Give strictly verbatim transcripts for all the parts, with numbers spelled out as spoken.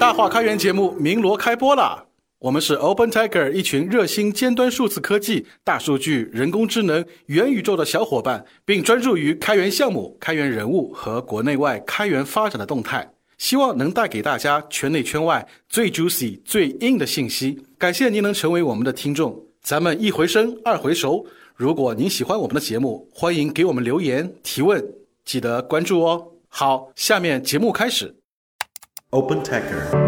大话开源节目鸣锣开播啦！我们是 OpenTiger 一群热心尖端数字科技、大数据、人工智能、元宇宙的小伙伴，并专注于开源项目、开源人物和国内外开源发展的动态，希望能带给大家圈内圈外最 juicy 最硬的信息。感谢您能成为我们的听众，咱们一回生二回熟。如果您喜欢我们的节目，欢迎给我们留言提问，记得关注哦。好，下面节目开始。 OpenTiger。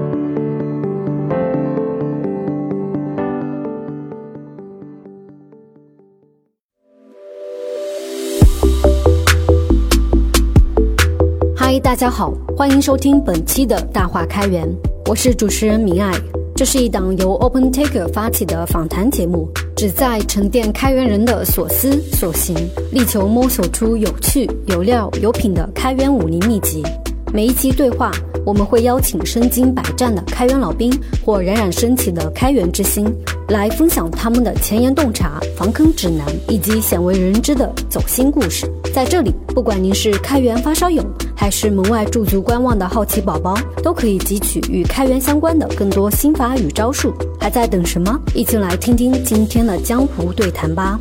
嗨，大家好，欢迎收听本期的大话开源，我是主持人明爱。这是一档由 OpenTiger 发起的访谈节目，旨在沉淀开源人的所思所行，力求摸索出有趣、有料、有品的开源武林秘籍。每一期对话，我们会邀请身经百战的开源老兵或冉冉升起的开源之星，来分享他们的前沿洞察、防坑指南以及鲜为人知的走心故事。在这里，不管您是开源发烧友，还是门外驻足观望的好奇宝宝，都可以汲取与开源相关的更多心法与招数。还在等什么？一起来听听今天的江湖对谈吧。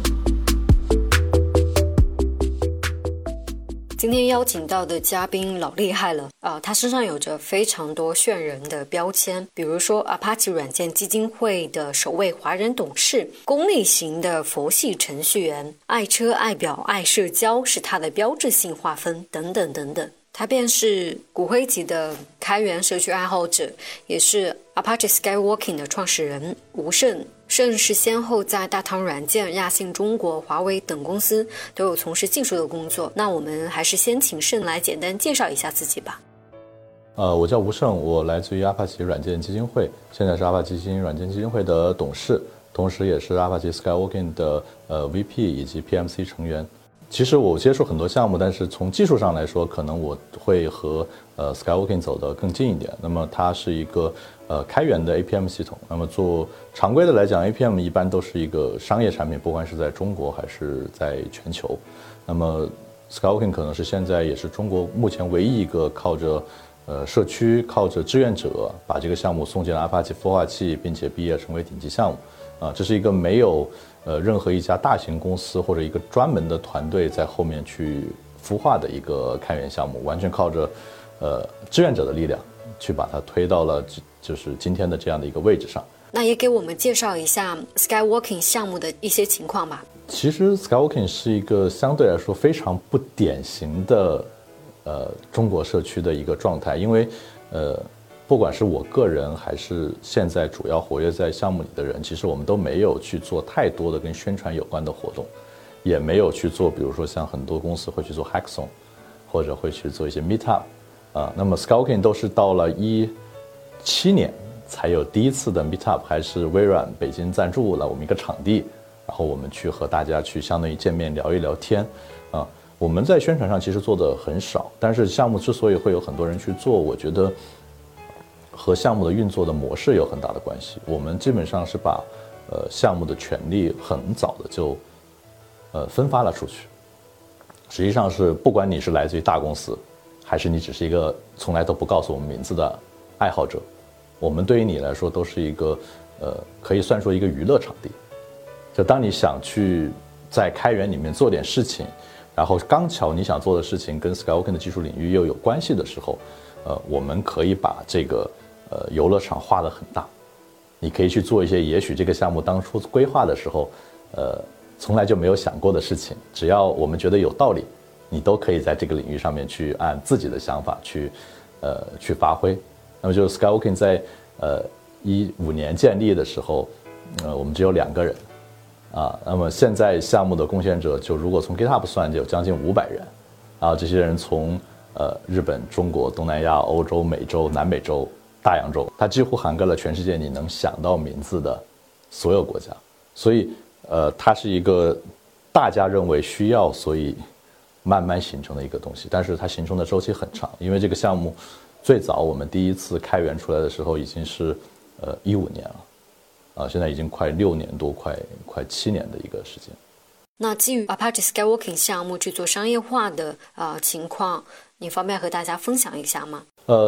今天邀请到的嘉宾老厉害了啊、呃！他身上有着非常多炫人的标签，比如说 Apache 软件基金会的首位华人董事，功利型的佛系程序员，爱车爱表爱社交是他的标志性划分，等等等等。他便是骨灰级的开源社区爱好者，也是 Apache Skywalking 的创始人吴胜。胜是先后在大唐软件、亚信中国、华为等公司都有从事技术的工作。那我们还是先请胜来简单介绍一下自己吧。 呃，我叫吴胜，我来自于 Apache 软件基金会，现在是 Apache 基金软件基金会的董事，同时也是 Apache Skywalking 的呃 V P 以及 P M C 成员。其实我接触很多项目，但是从技术上来说，可能我会和呃 Skywalking 走得更近一点。那么它是一个呃开源的 A P M 系统。那么做常规的来讲 ，A P M 一般都是一个商业产品，不管是在中国还是在全球。那么 Skywalking 可能是现在也是中国目前唯一一个靠着呃社区、靠着志愿者把这个项目送进了 Apache 孵化器，并且毕业成为顶级项目。啊，这是一个没有呃任何一家大型公司或者一个专门的团队在后面去孵化的一个开源项目，完全靠着呃志愿者的力量去把它推到了就是今天的这样的一个位置上。 那也给我们介绍一下 Skywalking 项目的一些情况吧。 其实 Skywalking 是一个相对来说非常不典型的呃中国社区的一个状态，因为呃。不管是我个人还是现在主要活跃在项目里的人，其实我们都没有去做太多的跟宣传有关的活动，也没有去做，比如说像很多公司会去做 hackathon， 或者会去做一些 meetup， 啊，那么 Skywalking 都是到了一七年才有第一次的 meetup， 还是微软北京赞助了我们一个场地，然后我们去和大家去相当于见面聊一聊天，啊，我们在宣传上其实做的很少，但是项目之所以会有很多人去做，我觉得和项目的运作的模式有很大的关系。我们基本上是把呃项目的权利很早的就呃分发了出去，实际上是不管你是来自于大公司，还是你只是一个从来都不告诉我们名字的爱好者，我们对于你来说都是一个呃可以算作一个娱乐场地。就当你想去在开源里面做点事情，然后刚巧你想做的事情跟 Skywalking 的技术领域又有关系的时候，呃，我们可以把这个呃游乐场画得很大，你可以去做一些也许这个项目当初规划的时候，呃，从来就没有想过的事情。只要我们觉得有道理，你都可以在这个领域上面去按自己的想法去，呃，去发挥。那么就是 Skywalking 在呃一五年建立的时候，呃，我们只有两个人，啊，那么现在项目的贡献者就如果从 GitHub 算，就有将近五百人，啊，这些人从呃，日本、中国、东南亚、欧洲、美洲、南美洲、大洋洲，它几乎涵盖了全世界你能想到名字的所有国家。所以，呃，它是一个大家认为需要，所以慢慢形成的一个东西。但是它形成的周期很长，因为这个项目最早我们第一次开源出来的时候已经是呃一五年了，啊，现在已经快六年多，快快七年的一个时间。 那基于 Apache Skywalking 项目去做商业化的呃情况，你方便和大家分享一下吗？ 呃，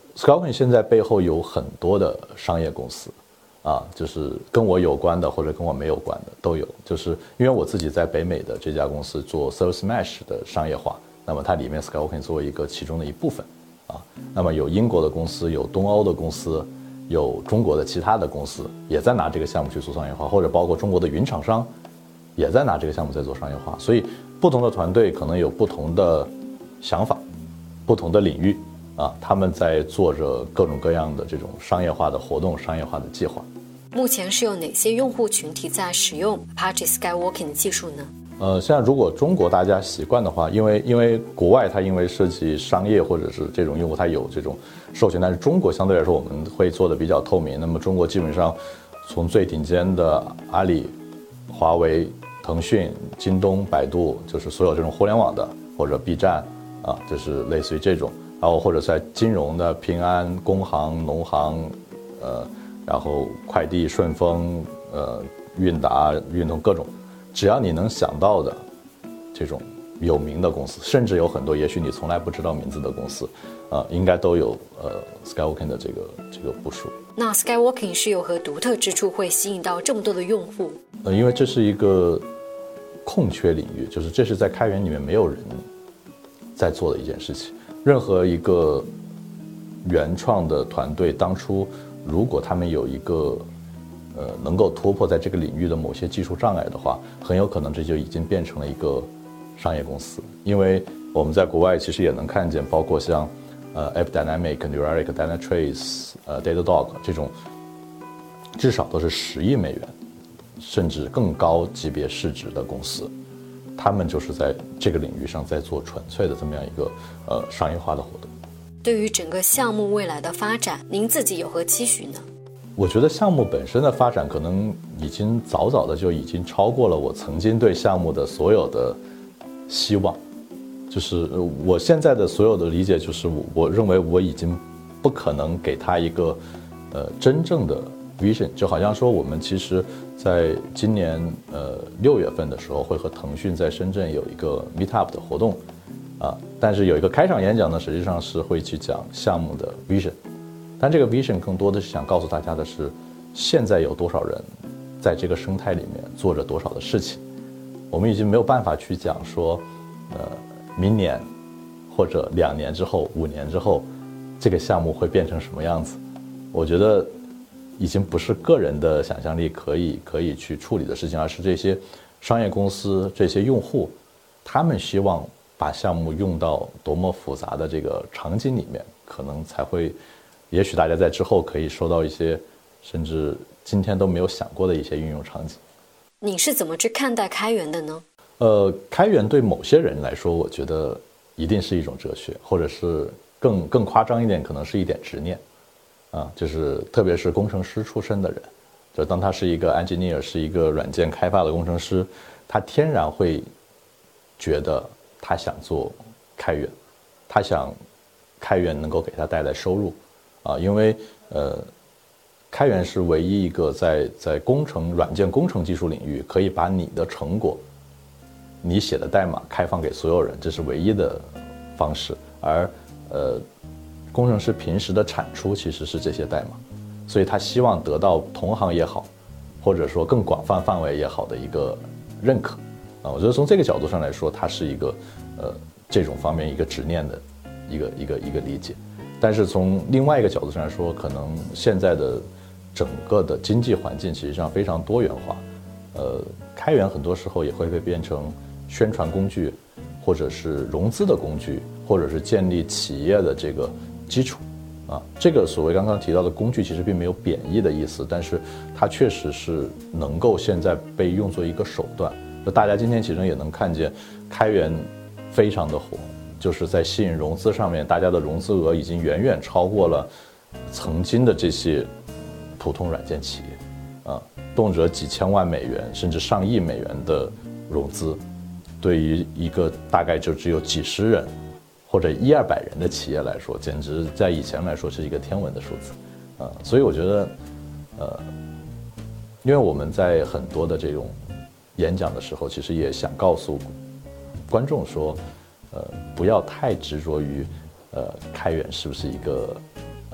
Skulking 现在背后有很多的商业公司，啊，就是跟我有关的或者跟我没有关的都有。就是因为我自己在北美的这家公司做 Service Mesh 的商业化，那么它里面 Skulking 作为一个其中的一部分，啊，那么有英国的公司，有东欧的公司，有中国的其他的公司也在拿这个项目去做商业化，或者包括中国的云厂商也在拿这个项目在做商业化。所以不同的团队可能有不同的想法，不同的领域。啊，他们在做着各种各样的这种商业化的活动、商业化的计划。 目前是有哪些用户群体在使用 Apache Skywalking 的技术呢？ 呃，现在如果中国大家习惯的话，因为因为国外它因为涉及商业或者是这种用户，它有这种授权，但是中国相对来说我们会做的比较透明。那么中国基本上从最顶尖的阿里、华为、腾讯、京东、百度，就是所有这种互联网的或者 B 站啊，就是类似于这种。然后或者在金融的平安、工行、农行，呃，然后快递、顺丰、呃，韵达、运通各种，只要你能想到的这种有名的公司，甚至有很多也许你从来不知道名字的公司，呃，应该都有呃 Skywalking 的这个这个部署。 那 Skywalking 是有何独特之处会吸引到这么多的用户？ 呃，因为这是一个空缺领域，就是这是在开源里面没有人在做的一件事情。任何一个原创的团队，当初如果他们有一个呃能够突破在这个领域的某些技术障碍的话，很有可能这就已经变成了一个商业公司。因为我们在国外其实也能看见，包括像呃 AppDynamic、New Relic、Dynatrace、呃 Datadog 这种，至少都是十亿美元，甚至更高级别市值的公司。他们就是在这个领域上在做纯粹的这么样一个呃商业化的活动。 对于整个项目未来的发展，您自己有何期许呢？ 我觉得项目本身的发展可能已经早早的就已经超过了我曾经对项目的所有的希望。就是我现在的所有的理解，就是我我认为我已经不可能给他一个呃真正的 vision， 就好像说我们其实在今年呃六月份的时候会和腾讯在深圳有一个 meetup 的活动啊，但是有一个开场演讲呢，实际上是会去讲项目的 vision， 但这个 vision 更多的是想告诉大家的是，现在有多少人在这个生态里面做着多少的事情，我们已经没有办法去讲说，呃，明年或者两年之后、五年之后，这个项目会变成什么样子，我觉得已经不是个人的想象力可以可以去处理的事情，而是这些商业公司、这些用户，他们希望把项目用到多么复杂的这个场景里面，可能才会，也许大家在之后可以收到一些甚至今天都没有想过的一些运用场景。 你是怎么去看待开源的呢？ 呃，开源对某些人来说，我觉得一定是一种哲学，或者是更更夸张一点，可能是一点执念。啊，就是特别是工程师出身的人，就当他是一个 engineer， 是一个软件开发的工程师，他天然会觉得他想做开源，他想开源能够给他带来收入，啊，因为呃，开源是唯一一个在在工程软件工程技术领域可以把你的成果，你写的代码开放给所有人，这是唯一的方式，而呃。工程师平时的产出其实是这些代码，所以他希望得到同行也好，或者说更广泛范围也好的一个认可啊。我觉得从这个角度上来说，它是一个呃这种方面一个执念的一个一个一个理解。但是从另外一个角度上来说，可能现在的整个的经济环境其实上非常多元化，呃，开源很多时候也会被变成宣传工具，或者是融资的工具，或者是建立企业的这个基础，啊，这个所谓刚刚提到的工具其实并没有贬义的意思，但是它确实是能够现在被用作一个手段。就大家今天其实也能看见，开源非常的火，就是在吸引融资上面，大家的融资额已经远远超过了曾经的这些普通软件企业，啊，动辄几千万美元甚至上亿美元的融资，对于一个大概就只有几十人或者一二百人的企业来说，简直在以前来说是一个天文的数字，啊，所以我觉得，呃，因为我们在很多的这种演讲的时候，其实也想告诉观众说，呃，不要太执着于，呃，开源是不是一个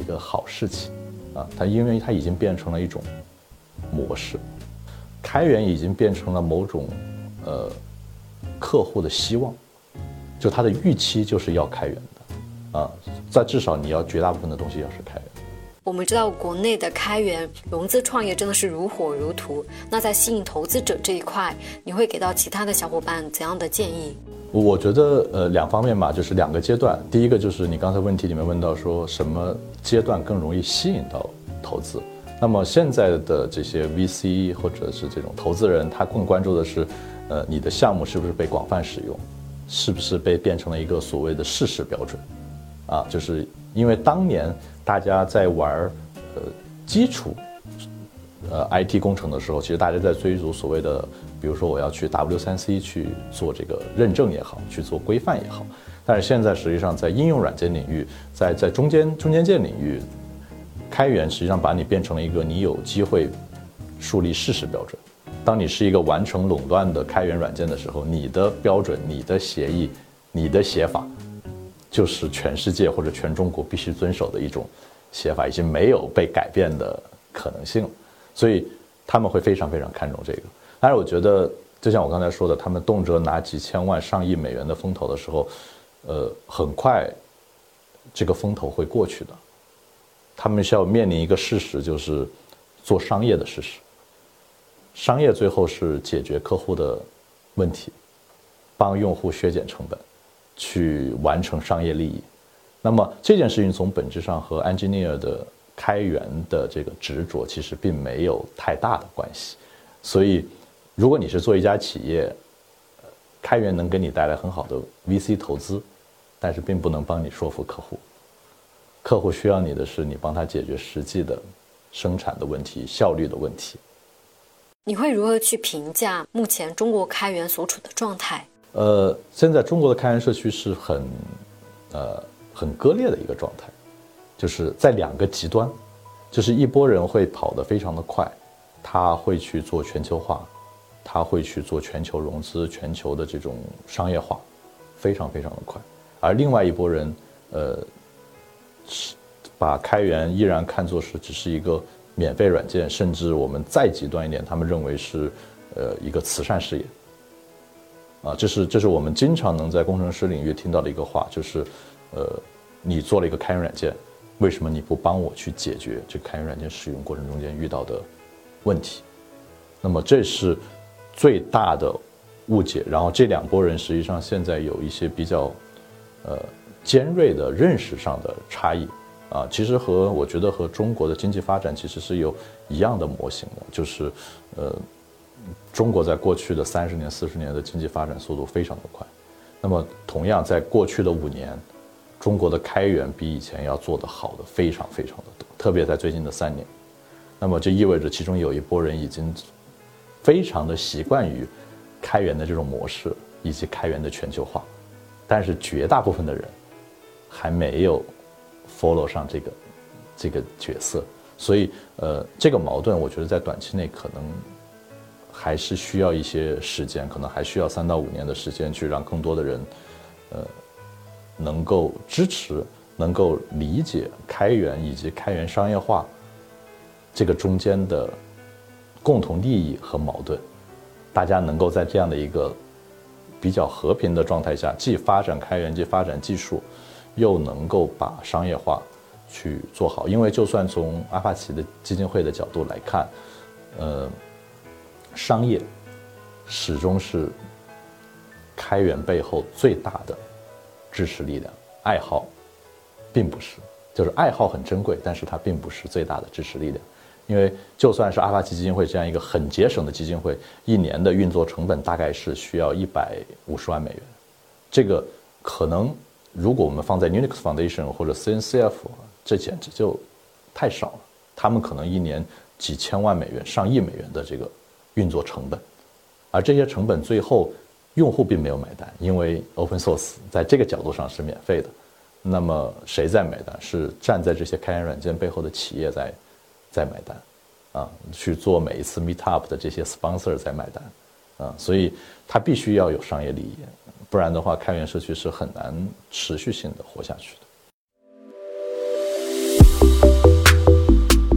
个好事情啊，它因为它已经变成了一种模式，开源已经变成了某种呃客户的希望，就他的预期就是要开源的啊，在至少你要绝大部分的东西要是开源。 我们知道国内的开源融资创业真的是如火如荼，那在吸引投资者这一块，你会给到其他的小伙伴怎样的建议？ 我觉得呃两方面吧，就是两个阶段。第一个就是你刚才问题里面问到说什么阶段更容易吸引到投资。那么现在的这些 V C 或者是这种投资人，他更关注的是，呃，你的项目是不是被广泛使用，是不是被变成了一个所谓的事实标准，啊，就是因为当年大家在玩呃基础呃 I T 工程的时候，其实大家在追逐所谓的，比如说我要去 W 三 C 去做这个认证也好，去做规范也好，但是现在实际上在应用软件领域，在在中间中间件领域，开源实际上把你变成了一个你有机会树立事实标准。当你是一个完成垄断的开源软件的时候，你的标准、你的协议、你的写法，就是全世界或者全中国必须遵守的一种写法，已经没有被改变的可能性了。所以他们会非常非常看重这个。但是我觉得，就像我刚才说的，他们动辄拿几千万、上亿美元的风投的时候，呃，很快这个风头会过去的。他们需要面临一个事实，就是做商业的事实。商业最后是解决客户的问题，帮用户削减成本，去完成商业利益。那么这件事情从本质上和 engineer 的开源的这个执着其实并没有太大的关系。所以如果你是做一家企业，开源能给你带来很好的 V C 投资，但是并不能帮你说服客户。客户需要你的是你帮他解决实际的生产的问题、效率的问题。 你会如何去评价目前中国开源所处的状态？ 呃，现在中国的开源社区是很呃很割裂的一个状态，就是在两个极端，就是一拨人会跑得非常的快，他会去做全球化，他会去做全球融资、全球的这种商业化，非常非常的快。而另外一拨人，呃，把开源依然看作是只是一个免费软件，甚至我们再极端一点，他们认为是呃一个慈善事业。啊，这是这是我们经常能在工程师领域听到的一个话，就是，呃，你做了一个开源软件，为什么你不帮我去解决这个开源软件使用过程中间遇到的问题？那么这是最大的误解。然后这两拨人实际上现在有一些比较，呃，尖锐的认识上的差异。啊，其实和我觉得和中国的经济发展其实是有一样的模型的，就是，呃。中国在过去的三十年、四十年的经济发展速度非常的快，那么同样在过去的五年，中国的开源比以前要做得好的非常非常的多，特别在最近的三年。那么这意味着其中有一拨人已经非常的习惯于开源的这种模式以及开源的全球化，但是绝大部分的人还没有 follow 上这个这个角色，所以呃，这个矛盾我觉得在短期内可能还是需要一些时间，可能还需要三到五年的时间，去让更多的人，呃，能够支持、能够理解开源以及开源商业化这个中间的共同利益和矛盾，大家能够在这样的一个比较和平的状态下，既发展开源，既发展技术，又能够把商业化去做好。因为就算从阿帕奇的基金会的角度来看，呃。商业始终是开源背后最大的支持力量，爱好并不是，就是爱好很珍贵，但是它并不是最大的支持力量。因为就算是阿帕奇基金会这样一个很节省的基金会，一年的运作成本大概是需要一百五十万美元，这个可能如果我们放在 Unix Foundation 或者 C N C F， 这简直就太少了，他们可能一年几千万美元、上亿美元的这个运作成本，而这些成本最后用户并没有买单，因为 open source 在这个角度上是免费的。那么谁在买单？是站在这些开源软件背后的企业在在买单，啊，去做每一次 meetup 的这些 sponsor 在买单，啊，所以它必须要有商业利益，不然的话，开源社区是很难持续性的活下去的。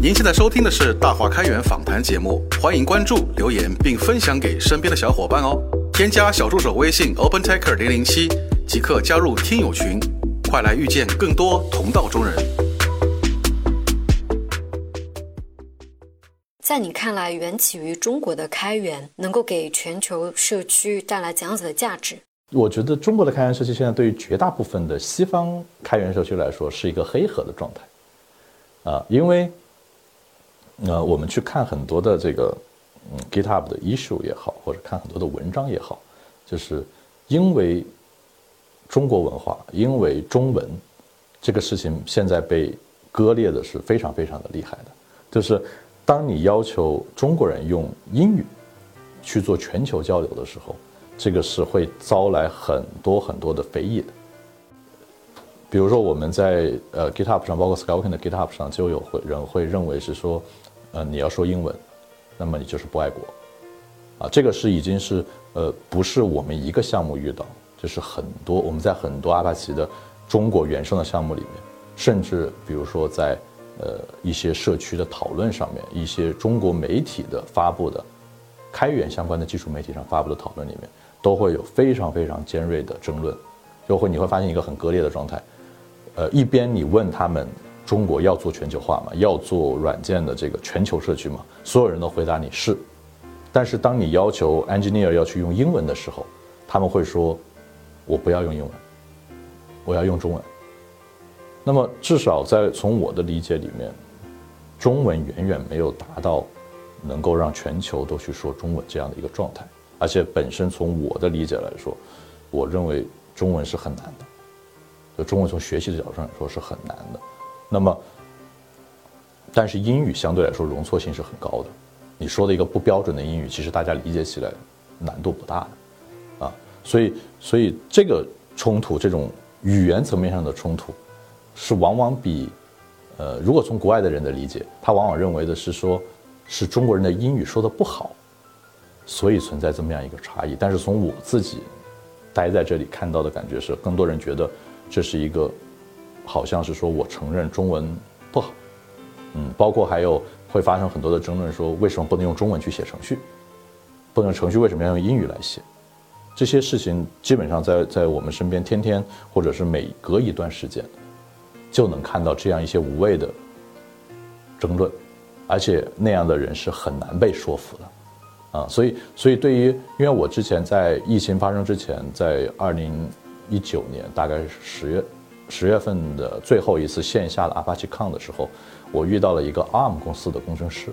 您现在收听的是大话开源访谈节目，欢迎关注、留言并分享给身边的小伙伴哦。添加小助手微信 OpenTaker 零零七，即刻加入听友群，快来遇见更多同道中人。 在你看来，源起于中国的开源能够给全球社区带来怎样子的价值？ 我觉得中国的开源社区现在对于绝大部分的西方开源社区来说是一个黑盒的状态，啊，因为，呃，我们去看很多的这个，嗯 ，GitHub 的 issue 也好，或者看很多的文章也好，就是因为中国文化，因为中文这个事情现在被割裂的是非常非常的厉害的，就是当你要求中国人用英语去做全球交流的时候，这个是会招来很多很多的非议的。比如说我们在呃 GitHub 上，包括 Skywalking 的 GitHub 上，就有会人会认为是说，呃，你要说英文，那么你就是不爱国，啊，这个是已经是呃不是我们一个项目遇到，就是很多我们在很多阿帕奇的中国原生的项目里面，甚至比如说在呃一些社区的讨论上面，一些中国媒体的发布的开源相关的技术媒体上发布的讨论里面，都会有非常非常尖锐的争论，就会你会发现一个很割裂的状态。呃，一边你问他们中国要做全球化吗？要做软件的这个全球社区吗？所有人都回答你是。但是当你要求 engineer 要去用英文的时候，他们会说，我不要用英文，我要用中文。那么至少在从我的理解里面，中文远远没有达到能够让全球都去说中文这样的一个状态，而且本身从我的理解来说，我认为中文是很难的，就中文从学习的角度上来说是很难的。那么，但是英语相对来说容错性是很高的，你说的一个不标准的英语，其实大家理解起来难度不大的，啊，所以所以这个冲突，这种语言层面上的冲突，是往往比，呃，如果从国外的人的理解，他往往认为的是说，是中国人的英语说的不好，所以存在这么样一个差异。但是从我自己待在这里看到的感觉是，更多人觉得这是一个，好像是说我承认中文不好，嗯，包括还有会发生很多的争论，说为什么不能用中文去写程序，不能程序为什么要用英语来写？这些事情基本上在在我们身边天天或者是每隔一段时间，就能看到这样一些无谓的争论。而且那样的人是很难被说服的，啊，所以所以对于，因为我之前在疫情发生之前，在二零一九年大概是十月十月份的最后一次线下的 ApacheCon 的时候，我遇到了一个 A R M 公司的工程师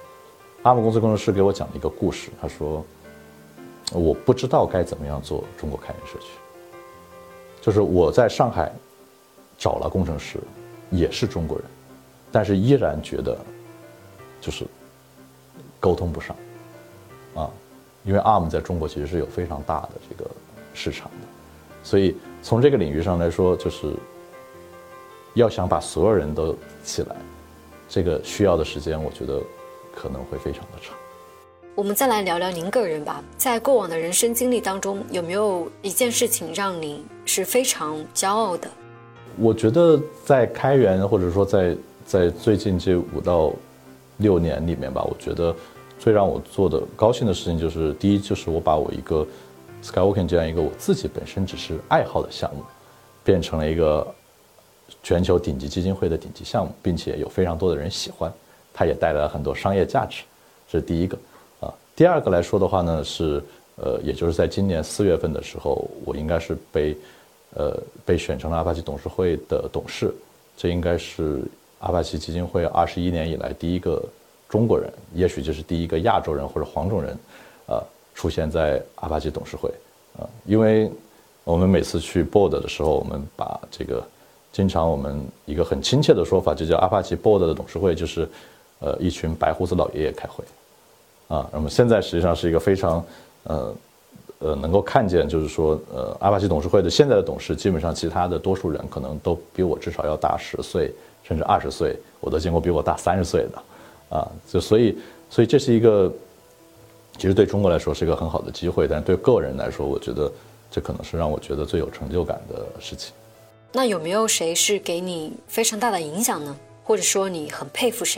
，A R M 公司工程师给我讲了一个故事，他说，我不知道该怎么样做中国开源社区，就是我在上海找了工程师，也是中国人，但是依然觉得就是沟通不上，啊，因为 A R M 在中国其实是有非常大的这个市场的，所以从这个领域上来说，就是要想把所有人都起来，这个需要的时间，我觉得可能会非常的长。 我们再来聊聊您个人吧，在过往的人生经历当中，有没有一件事情让你是非常骄傲的？ 我觉得在开源或者说在在最近这五到六年里面吧，我觉得最让我做的高兴的事情就是，第一就是我把我一个 Skywalking 这样一个我自己本身只是爱好的项目，变成了一个全球顶级基金会的顶级项目，并且有非常多的人喜欢，它也带来了很多商业价值，这是第一个啊。第二个来说的话呢，是呃，也就是在今年四月份的时候，我应该是被呃被选成了阿帕奇董事会的董事，这应该是阿帕奇基金会二十一年以来第一个中国人，也许就是第一个亚洲人或者黄种人，呃，出现在阿帕奇董事会，啊、呃，因为我们每次去 board 的时候，我们把这个经常我们一个很亲切的说法，就叫阿帕奇 board 的董事会，就是呃一群白胡子老爷爷开会，啊，那么现在实际上是一个非常呃呃能够看见，就是说呃阿帕奇董事会的现在的董事，基本上其他的多数人可能都比我至少要大十岁。甚至二十岁，我都见过比我大三十岁的，啊，就所以，所以这是一个，其实对中国来说是一个很好的机会，但是对个人来说，我觉得这可能是让我觉得最有成就感的事情。 那有没有谁是给你非常大的影响呢？或者说你很佩服谁？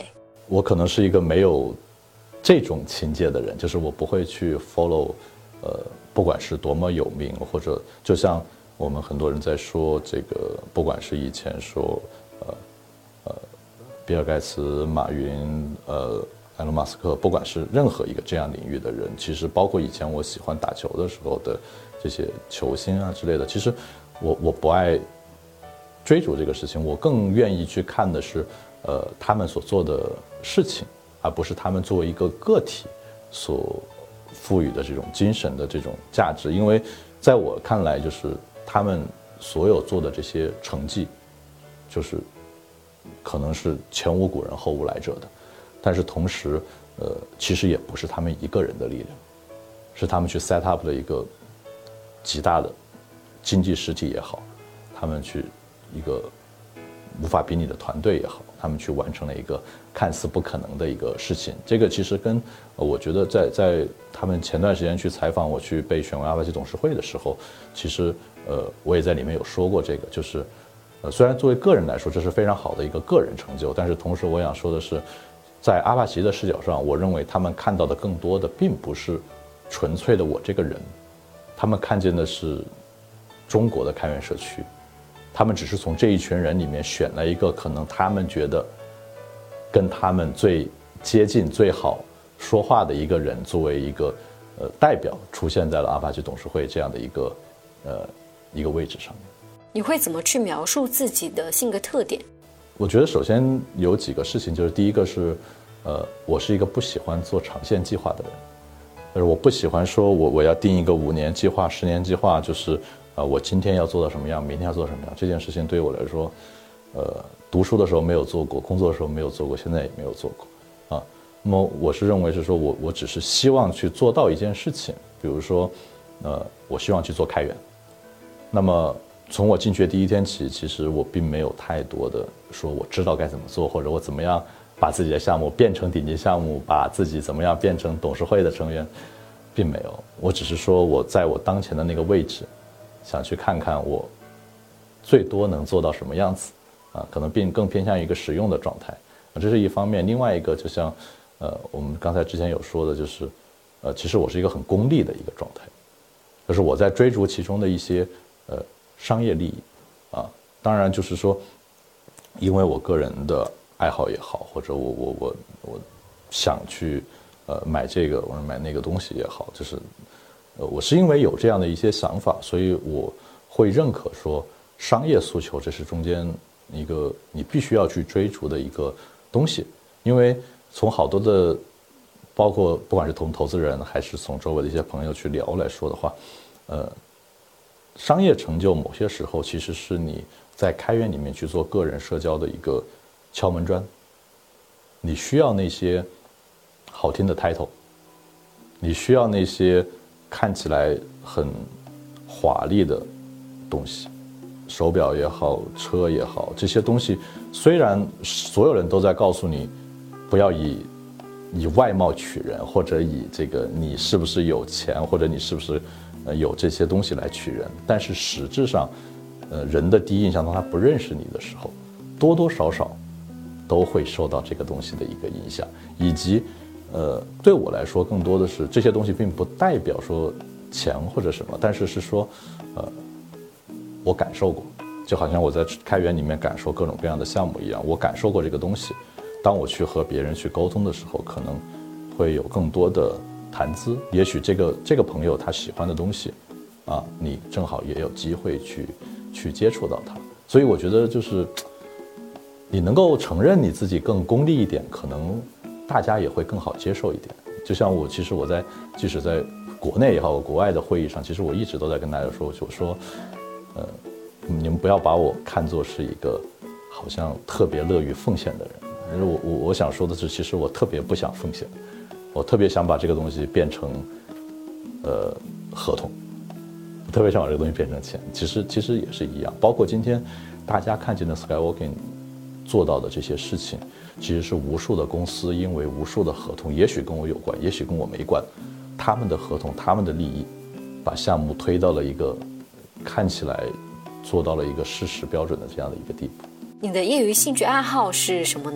我可能是一个没有这种情节的人，就是我不会去 follow， 呃，不管是多么有名，或者就像我们很多人在说这个，不管是以前说，呃，呃，比尔盖茨、马云，呃，埃隆·马斯克，不管是任何一个这样领域的人，其实包括以前我喜欢打球的时候的这些球星啊之类的，其实我我不爱追逐这个事情，我更愿意去看的是，呃，他们所做的事情，而不是他们作为一个个体所赋予的这种精神的这种价值。因为在我看来，就是他们所有做的这些成绩，就是可能是前无古人后无来者的，但是同时，呃，其实也不是他们一个人的力量，是他们去 set up 了一个极大的经济实体也好，他们去一个无法比拟的团队也好，他们去完成了一个看似不可能的一个事情。这个其实跟、呃、我觉得在在他们前段时间去采访我去被选为阿帕奇董事会的时候，其实呃我也在里面有说过这个，就是呃虽然作为个人来说这是非常好的一个个人成就，但是同时我想说的是，在阿帕奇的视角上，我认为他们看到的更多的并不是纯粹的我这个人，他们看见的是中国的开源社区。他们只是从这一群人里面选了一个可能他们觉得跟他们最接近、最好说话的一个人，作为一个呃代表出现在了阿帕奇董事会这样的一个呃一个位置上面。 你会怎么去描述自己的性格特点？ 我觉得首先有几个事情，就是第一个是，呃，我是一个不喜欢做长线计划的人，就是我不喜欢说我我要定一个五年计划、十年计划，就是。啊、呃，我今天要做到什么样，明天要做到什么样，这件事情对我来说，呃，读书的时候没有做过，工作的时候没有做过，现在也没有做过，啊，那么我是认为是说我我只是希望去做到一件事情，比如说，呃，我希望去做开源，那么从我进去的第一天起，其实我并没有太多的说我知道该怎么做，或者我怎么样把自己的项目变成顶级项目，把自己怎么样变成董事会的成员，并没有，我只是说我在我当前的那个位置。想去看看我最多能做到什么样子，啊，可能并更偏向于一个实用的状态，啊，这是一方面。另外一个，就像，呃，我们刚才之前有说的，就是，呃，其实我是一个很功利的一个状态，就是我在追逐其中的一些呃商业利益，啊，当然就是说，因为我个人的爱好也好，或者我我我我想去呃买这个或者买那个东西也好，就是。呃，我是因为有这样的一些想法，所以我会认可说商业诉求这是中间一个你必须要去追逐的一个东西，因为从好多的，包括不管是从投资人还是从周围的一些朋友去聊来说的话，呃，商业成就某些时候其实是你在开源里面去做个人社交的一个敲门砖，你需要那些好听的 title， 你需要那些。看起来很华丽的东西，手表也好，车也好，这些东西虽然所有人都在告诉你不要以以外貌取人，或者以这个你是不是有钱，或者你是不是呃有这些东西来取人，但是实质上，呃人的第一印象当他不认识你的时候，多多少少都会受到这个东西的一个影响，以及。呃，对我来说，更多的是这些东西并不代表说钱或者什么，但是是说，呃，我感受过，就好像我在开源里面感受各种各样的项目一样，我感受过这个东西。当我去和别人去沟通的时候，可能会有更多的谈资。也许这个这个朋友他喜欢的东西，啊，你正好也有机会去去接触到他。所以我觉得就是，你能够承认你自己更功利一点，可能。大家也会更好接受一点。就像我，其实我在即使在国内也好，国外的会议上，其实我一直都在跟大家说，就说，呃，你们不要把我看作是一个好像特别乐于奉献的人。因为我我我想说的是，其实我特别不想奉献，我特别想把这个东西变成，呃，合同，我特别想把这个东西变成钱。其实其实也是一样，包括今天大家看见的 Skywalking 做到的这些事情。其实是无数的公司因为无数的合同，也许跟我有关，也许跟我没关，他们的合同，他们的利益，把项目推到了一个看起来做到了一个事实标准的这样的一个地步。 你的业余兴趣爱好是什么呢？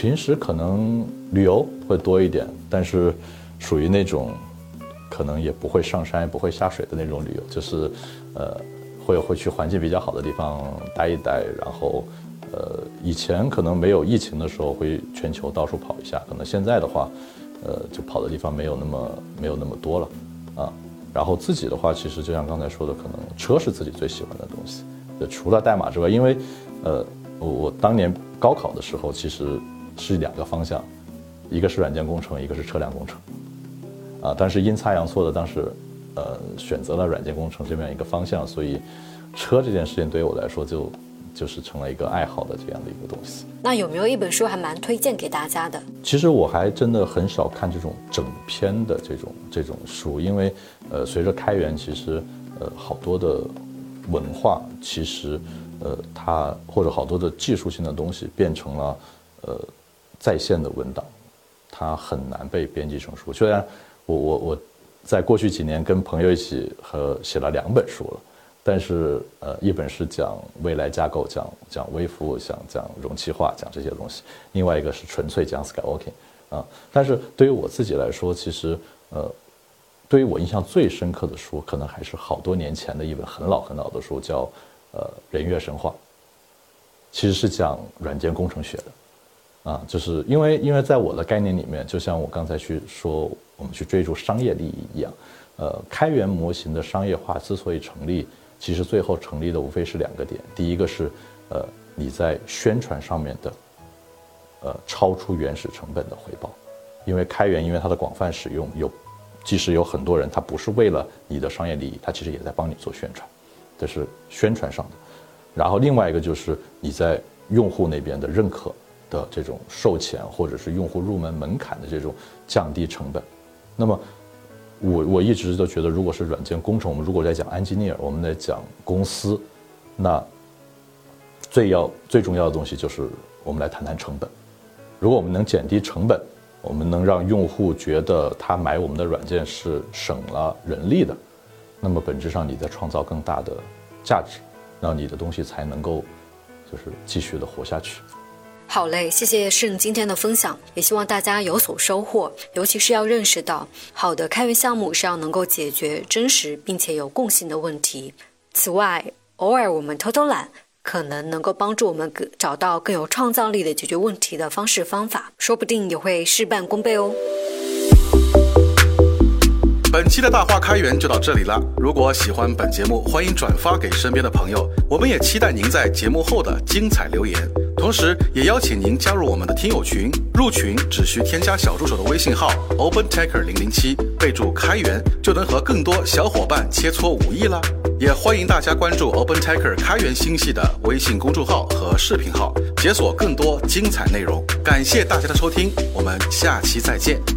平时可能旅游会多一点，但是属于那种可能也不会上山也不会下水的那种旅游，就是呃会会去环境比较好的地方待一待，然后呃以前可能没有疫情的时候会全球到处跑一下，可能现在的话呃就跑的地方没有那么没有那么多了啊。然后自己的话，其实就像刚才说的，可能车是自己最喜欢的东西，就除了代码之外，因为呃我我当年高考的时候其实是两个方向，一个是软件工程，一个是车辆工程啊，但是阴差阳错的当时呃选择了软件工程这么样一个方向，所以车这件事情对于我来说就就是成了一个爱好的这样的一个东西。 那有没有一本书还蛮推荐给大家的？ 其实我还真的很少看这种整篇的这种这种书，因为呃随着开源，其实呃好多的文化其实呃它或者好多的技术性的东西变成了呃在线的文档，它很难被编辑成书。虽然我我我在过去几年跟朋友一起和写了两本书了。但是，呃，一本是讲未来架构，讲讲微服务，讲讲容器化，讲这些东西；另外一个是纯粹讲 skywalking 啊。但是对于我自己来说，其实，呃，对于我印象最深刻的书，可能还是好多年前的一本很老很老的书，叫《呃人月神话》，其实是讲软件工程学的，啊，就是因为因为在我的概念里面，就像我刚才去说，我们去追逐商业利益一样，呃，开源模型的商业化之所以成立。其实最后成立的无非是两个点，第一个是，呃，你在宣传上面的，呃，超出原始成本的回报，因为开源，因为它的广泛使用，有，即使有很多人他不是为了你的商业利益，他其实也在帮你做宣传，这是宣传上的。然后另外一个就是你在用户那边的认可的这种售前或者是用户入门门槛的这种降低成本，那么。我我一直都觉得，如果是软件工程，我们如果在讲 engineer， 我们在讲公司，那最要最重要的东西就是我们来谈谈成本。如果我们能减低成本，我们能让用户觉得他买我们的软件是省了人力的，那么本质上你在创造更大的价值，那你的东西才能够就是继续的活下去。 好嘞，谢谢盛今天的分享，也希望大家有所收获，尤其是要认识到，好的开源项目是要能够解决真实并且有共性的问题。此外，偶尔我们偷偷懒，可能能够帮助我们找到更有创造力的解决问题的方式方法，说不定也会事半功倍哦。 本期的大话开源就到这里了。如果喜欢本节目，欢迎转发给身边的朋友。我们也期待您在节目后的精彩留言，同时也邀请您加入我们的听友群。入群只需添加小助手的微信号 OpenTaker 零零七，备注开源，就能和更多小伙伴切磋武艺啦。也欢迎大家关注 OpenTaker 开源星系的微信公众号和视频号，解锁更多精彩内容。感谢大家的收听，我们下期再见。